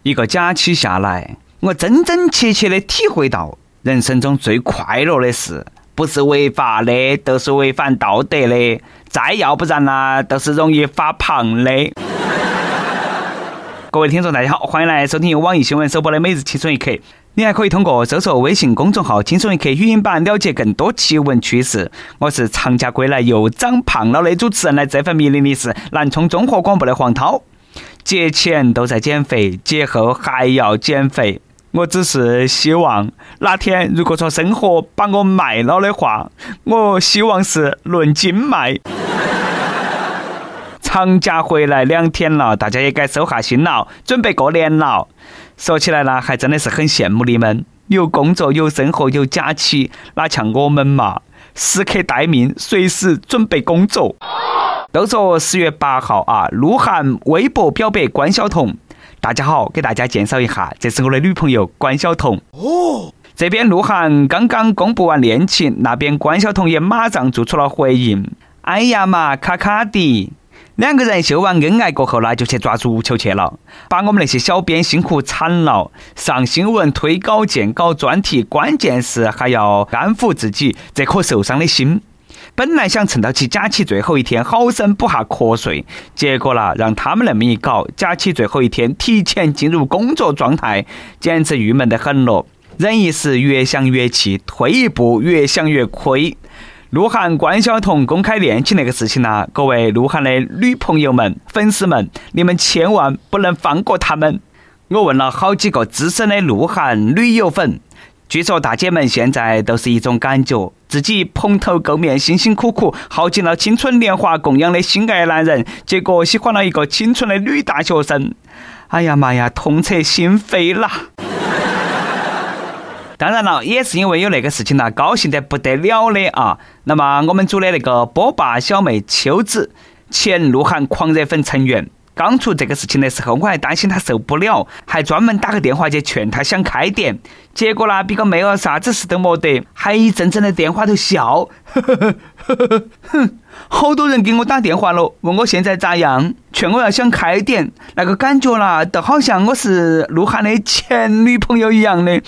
一个假期下来，我真真切切地体会到，人生中最快乐的事，不是违法的，都是违反道德的，再要不然呢，都是容易发胖的。各位听众大家好，欢迎来收听由网易新闻首播的每日轻松一刻。你还可以通过搜索微信公众号轻松一刻语音版了解更多奇闻趣事。我是长假归来又长胖了的主持人，来这份迷离的是南充综合广播的黄涛。节前都在减肥，节后还要减肥。我只是希望哪天如果说生活把我卖了的话，我希望是论斤卖。长假回来2天了，大家也该收下心了，准备过年了。说起来呢，还真的是很羡慕你们，有工作有生活有假期，哪像我们嘛，时刻待命，随时准备工作。都说10月8号啊，鹿晗微博表白关晓彤。大家好，给大家介绍一下，这是我的女朋友关晓彤。这边鹿晗刚刚公布完恋情，那边关晓彤也马上做出了回应。哎呀嘛，卡卡的。2个人秀完恩爱过后呢，就去抓足球去了，把我们那些小编辛苦惨了，上新闻推稿建稿专题，关键是还要安抚自己这颗受伤的心。本来想趁到起假期最后一天好生补下瞌睡，结果啦，让他们那么一搞，假期最后一天提前进入工作状态，简直郁闷得很了。忍一时越想越气，退一步越想越亏。鹿晗关晓彤公开恋情那个事情呢，各位鹿晗的女朋友们、粉丝们，你们千万不能放过他们。我问了好几个资深的鹿晗女友粉，据说大姐们现在都是一种感觉，自己蓬头垢面、辛辛苦苦耗尽了青春年华供养的心爱男人，结果喜欢了一个清纯的女大学生。哎呀妈呀，痛彻心扉啦！当然了，也是因为有那个事情呢，高兴得不得了的啊。那么我们组的那个波霸小妹秋子，前鹿晗狂热粉成员，刚出这个事情的时候，我还担心她受不了，还专门打个电话去劝她想开点。结果呢，别个妹儿啥子事都没得，还一阵阵的电话头笑，好多人给我打电话了，问我现在咋样，劝我要想开点，那个感觉啦，都好像我是鹿晗的前女朋友一样的。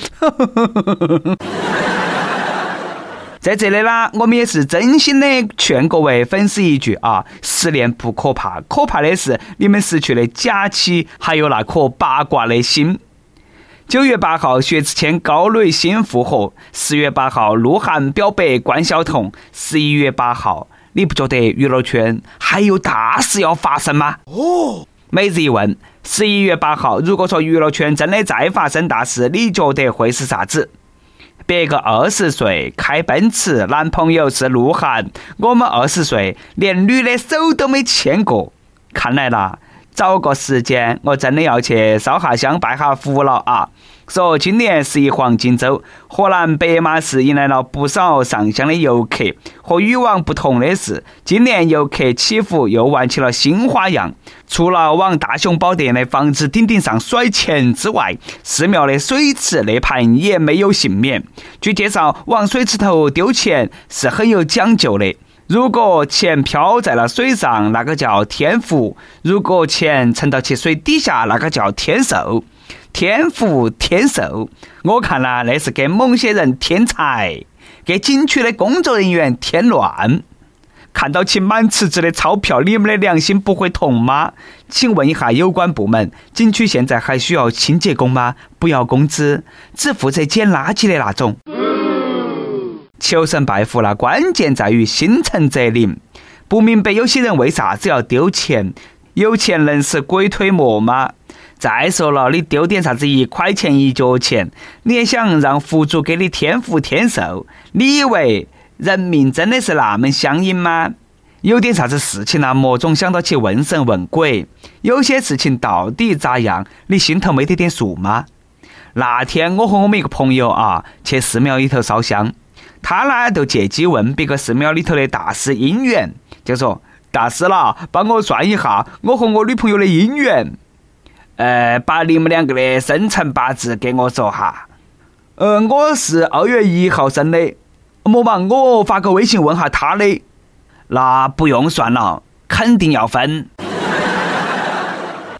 在这里啦，我们也是真心的劝各位粉丝一句啊，失恋不可怕，可怕的是你们失去了假期，还有那颗八卦的心。9月8号，薛之谦高磊鑫复合；10月8号，鹿晗表白关晓彤；11月8号，你不觉得娱乐圈还有大事要发生吗？每日一问，11月8号，如果说娱乐圈真的再发生大事，你觉得会是啥子？别个20岁开奔驰，男朋友是鹿晗，我们20岁连女的手都没牵过。看来啦，找个时间我真的要去烧下香拜下福了啊！说今年11黄金周，河南白马市迎来了不少上香的游客。和以往不同的是，今年游客祈福又玩起了新花样，除了往大雄宝殿的房子顶顶上甩钱之外，寺庙的水池那盘也没有幸免。据介绍，往水池头丢钱是很有讲究的。如果钱飘在了水上，那个叫天福；如果钱沉到去水底下，那个叫天寿。天福天寿，我看了那是给某些人添财，给景区的工作人员添乱。看到起满池子的钞票，你们的良心不会痛吗？请问一下有关部门，景区现在还需要清洁工吗？不要工资，只负责捡垃圾的那种。求神拜佛了，关键在于心诚则灵。不明白有些人为啥子要丢钱？有钱能使鬼推磨吗？再说了，你丢点啥子1块钱1角钱，你也想让福主给你天福天寿？你以为人命真的是那么相应吗？有点啥子事情啊，莫总想到去问神问鬼。有些事情到底咋样，你心头没得点数吗？那天我和我们一个朋友啊，去寺庙里头烧香，他呢就借机问别个寺庙里头的大师姻缘，就说大师啦，帮我算一下我和我女朋友的姻缘。把你们2个的生辰八字给我说哈。我是2月1号生的，莫忙，我发个微信问下他的。那不用算了，肯定要分。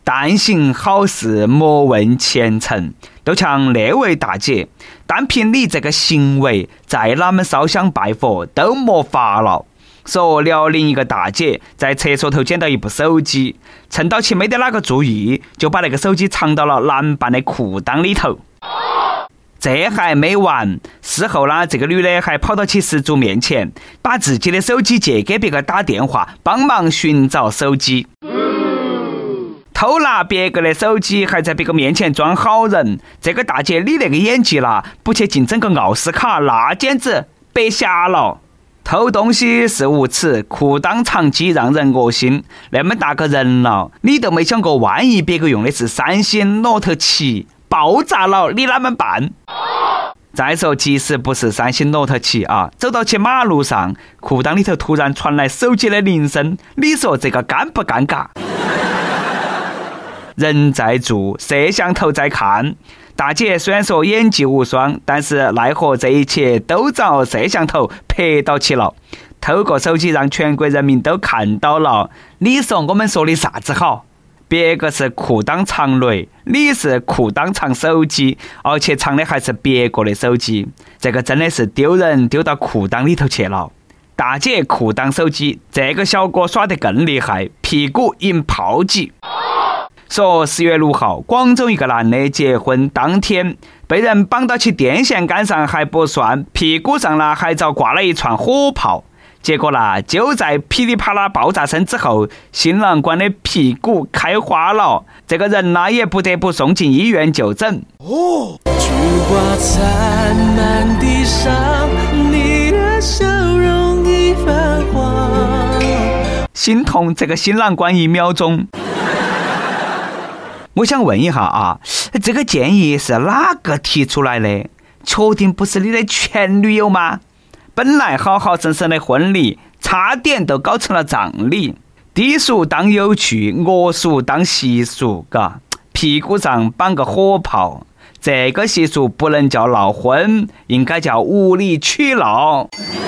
但行好事，莫问前程。都像那位大姐，单凭你这个行为，在哪们烧香拜佛都没法了。说辽宁一个大姐在厕所头捡到一部手机，趁到起没得哪个注意，就把那个手机藏到了男伴的裤裆里头。这还没完，事后呢，这个女的还跑到起失主面前，把自己的手机借给别个打电话，帮忙寻找手机。偷拿别个的手机，还在别个面前装好人，这个大姐你那个演技啦，不去竞争个奥斯卡，那简直白瞎了。偷东西是无耻，裤裆藏机让人恶心。那么大个人了，你都没想过，万一别个用的是三星 Note 7，爆炸了，你哪么办？再说，即使不是三星 Note 7啊，走到去马路上，裤裆里头突然传来手机的铃声，你说这个尴不尴尬？人在做，摄像头在看。大姐虽然说演技无双，但是奈何这一切都遭摄像头拍到起了。偷个手机让全国人民都看到了，你说我们说的啥子好？别个是裤裆藏雷，你是裤裆藏手机，而且藏的还是别个的手机，这个真的是丢人丢到裤裆里头去了。大姐裤裆手机，这个小哥耍得更厉害，屁股赢炮击。说10月6号，广州一个男的结婚当天被人绑到起电线杆上还不算，屁股上呢还遭挂了一串火炮。结果呢，就在噼里啪啦爆炸声之后，新郎官的屁股开花了，这个人呢也不得不送进医院就诊。 菊花残满地上，你的笑容已泛黄。 心痛这个新郎官1秒钟。我想问一下啊，这个建议是哪个提出来的？确定不是你的前女友吗？本来好好生生的婚礼，差点都搞成了葬礼。低俗当有趣，恶俗当习俗，嘎，屁股上绑个火炮，这个习俗不能叫闹婚，应该叫无理取闹。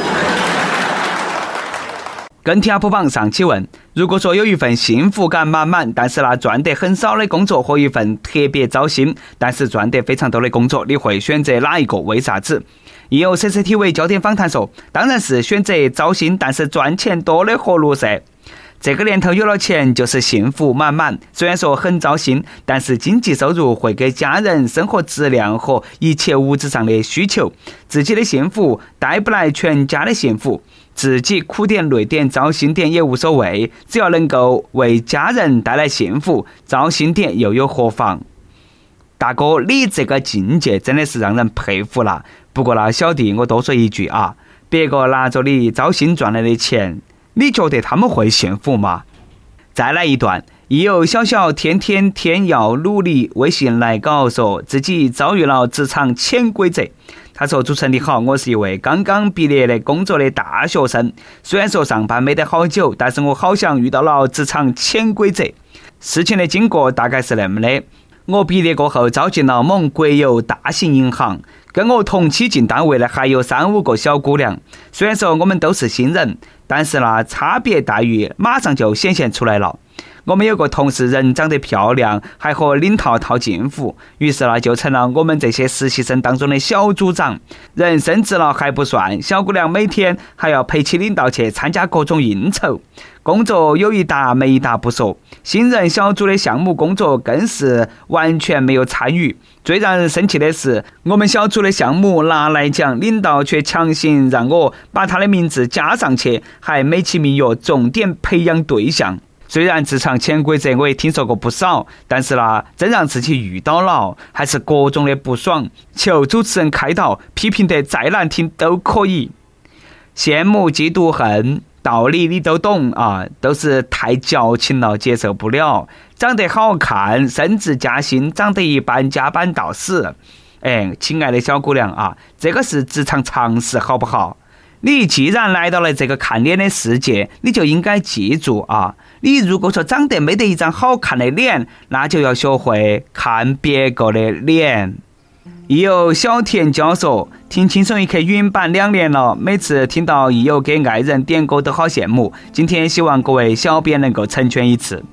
跟帖普榜上期问，如果说有一份幸福感满满，但是赚得很少的工作和一份特别糟心，但是赚得非常多的工作，你会选择哪一个？为啥子？也有 CCTV 焦点访谈说，当然是选择糟心但是赚钱多的活路噻。这个年头有了钱就是幸福满满，虽然说很糟心，但是经济收入会给家人生活质量和一切物质上的需求。自己的幸福带不来全家的幸福，自己苦点累点糟心点也无所谓，只要能够为家人带来幸福，糟心点又有何妨？大哥，你这个境界真的是让人佩服了。不过呢，小弟我多说一句啊，别个拿着你糟心赚来的钱，你觉得他们会幸福吗？再来一段，亦有小小天天天要努力微信来稿说自己遭遇了职场潜规则。他说，主持人你好，我是一位刚刚毕业的工作的大学生，虽然说上班没得好久，但是我好像遇到了职场潜规则。事情的经过大概是那么的，我毕业过后招进了某国有大型银行，跟我同期进单位的还有3-5个小姑娘，虽然说我们都是新人，但是呢，差别待遇马上就显现出来了。我们有个同事人长得漂亮，还和领导套近乎，于是呢就成了我们这些实习生当中的小组长。人升职了还不算，小姑娘每天还要陪起领导去参加各种应酬，工作有一搭没一搭不说，新人小组的项目工作更是完全没有参与。最让人生气的是，我们小组的项目拿来讲，领导却强行让我把他的名字加上去，还美其名曰重点培养对象。虽然职场潜规则我也听说过不少，但是真让自己遇到了，还是各种的不爽，求主持人开导，批评得再难听都可以。羡慕嫉妒恨，道理你都懂啊，都是太矫情了，接受不了。长得好看升职加薪，长得一般加班到死。亲爱的小姑娘啊，这个是职场常识好不好？你既然来到了这个看脸的世界，你就应该记住啊，你如果说长得没得一张好看的脸，那就要学会看别个的脸。亦有小田教授听轻松一刻语音版2年了，每次听到亦有给爱人点歌都好羡慕，今天希望各位小编能够成全一次。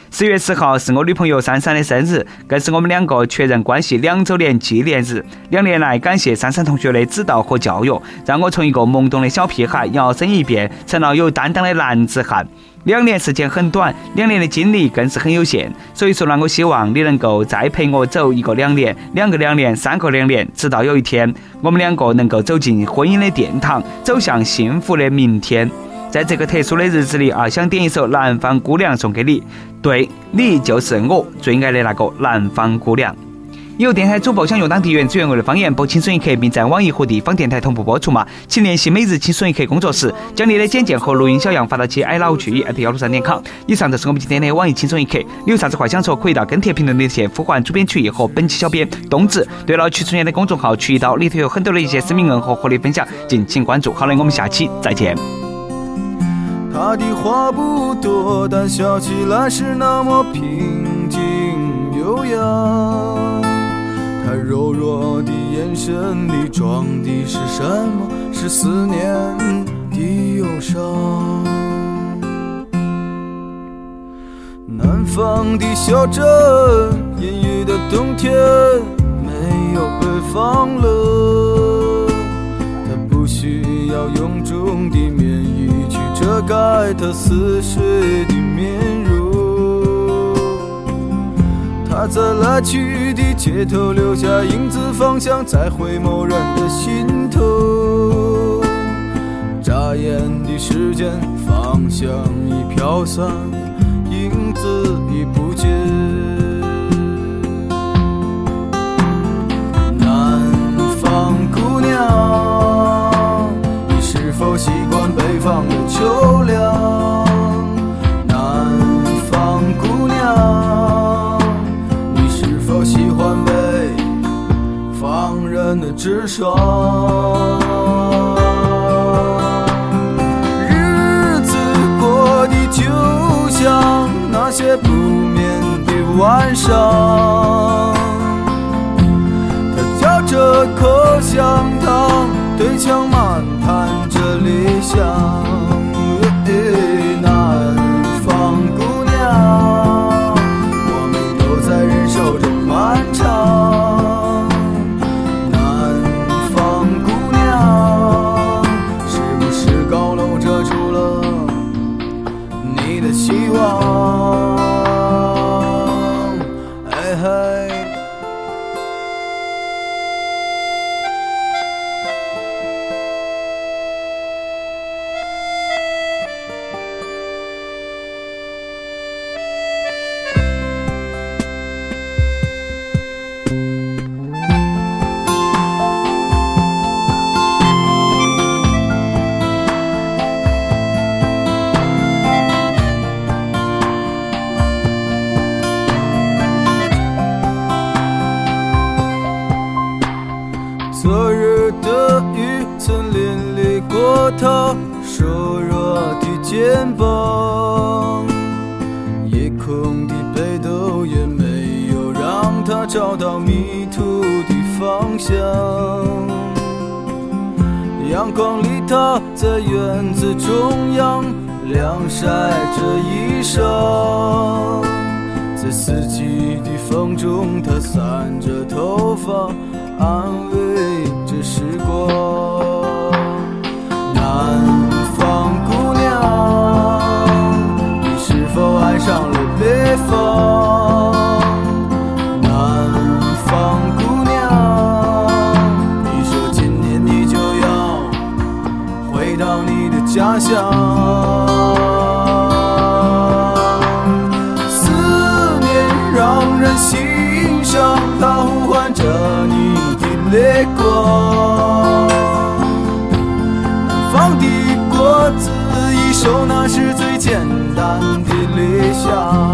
10月10号是我女朋友珊珊的生日，更是我们两个确认关系2周年纪念日。2年来，感谢珊珊同学的指导和教育，让我从一个懵懂的小屁孩摇身一变成了有担当的男子汉。2年时间很短，2年的精力更是很有限，所以说呢，我希望你能够再陪我走1个2年、2个2年、3个2年，直到有一天我们两个能够走进婚姻的殿堂，走向幸福的明天。在这个特殊的日子里想点一首《南方姑娘》送给你，对，你就是我最爱的那个南方姑娘。有电台主播想用当地原汁原味的方言播《青春一刻》，并在网易和地方电台同步播出吗？请联系每日青春一刻工作室，将你的简介和录音小样发到其@163.com。以上就是我们今天的网易青春一刻。你有啥子话想说，可以到跟帖评论里去呼唤主编曲艺和本期小编冬子。对了，曲春燕的公众号曲一刀里头有很多的一些私密和活力分享，敬请关注。好了，我们下期再见。 他的话不多，但笑起来是那么平静优雅。他柔弱的眼神里装的是什么？是思念的忧伤。南方的小镇，阴郁的冬天，没有北方冷。他不需要臃肿的棉衣去遮盖他似水的面容。他在来去的街头留下影子，方向在回眸人的心头。眨眼的时间，方向已飘散，影子已不见。南方姑娘，你是否习惯北方的秋凉？南方姑娘，喜欢北方人的直爽。日子过得就像那些不眠的晚上。他嚼着口香糖，对墙漫谈着理想。南方姑娘，我们都在忍受着漫长。南方姑娘，是不是高楼遮住了你的希望？哎嘿，昨日的雨曾淋漓过他瘦弱的肩膀，夜空的北斗也没有让他找到迷途的方向。阳光里他在院子中央晾晒着衣裳，在四季的风中他散着头发，安慰着时光。南方姑娘，你是否爱上了北方？南方姑娘，你说今年你就要回到你的家乡。思念让人心伤，它呼唤着你泪光。南方的果子一熟，那是最简单的理想。